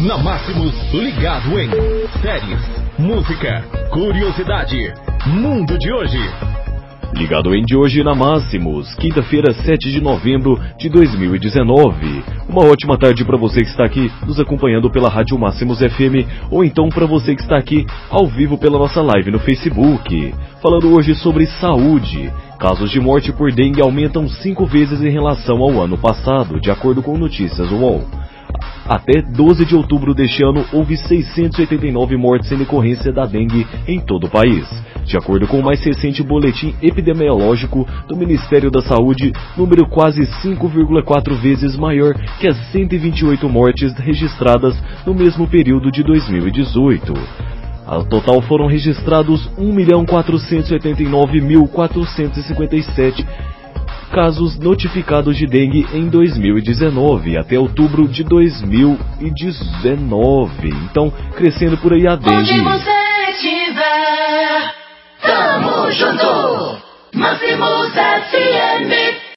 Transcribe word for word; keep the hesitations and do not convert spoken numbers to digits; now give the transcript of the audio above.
Na Máximos, ligado em séries, música, curiosidade, mundo de hoje. Ligado em de hoje na Máximos, quinta-feira, sete de novembro de dois mil e dezenove. Uma ótima tarde para você que está aqui nos acompanhando pela Rádio Máximos F M, ou então para você que está aqui ao vivo pela nossa live no Facebook. Falando hoje sobre saúde. Casos de morte por dengue aumentam cinco vezes em relação ao ano passado, de acordo com notícias U O L. Até doze de outubro deste ano, houve seiscentas e oitenta e nove mortes em decorrência da dengue em todo o país. De acordo com o mais recente boletim epidemiológico do Ministério da Saúde, número quase cinco vírgula quatro vezes maior que as cento e vinte e oito mortes registradas no mesmo período de dois mil e dezoito. Ao total foram registrados um milhão quatrocentos e oitenta e nove mil quatrocentos e cinquenta e sete casos notificados de dengue em dois mil e dezenove, até outubro de dois mil e dezenove. Então, crescendo por aí a dengue. Onde você estiver, tamo junto, Máximos F M.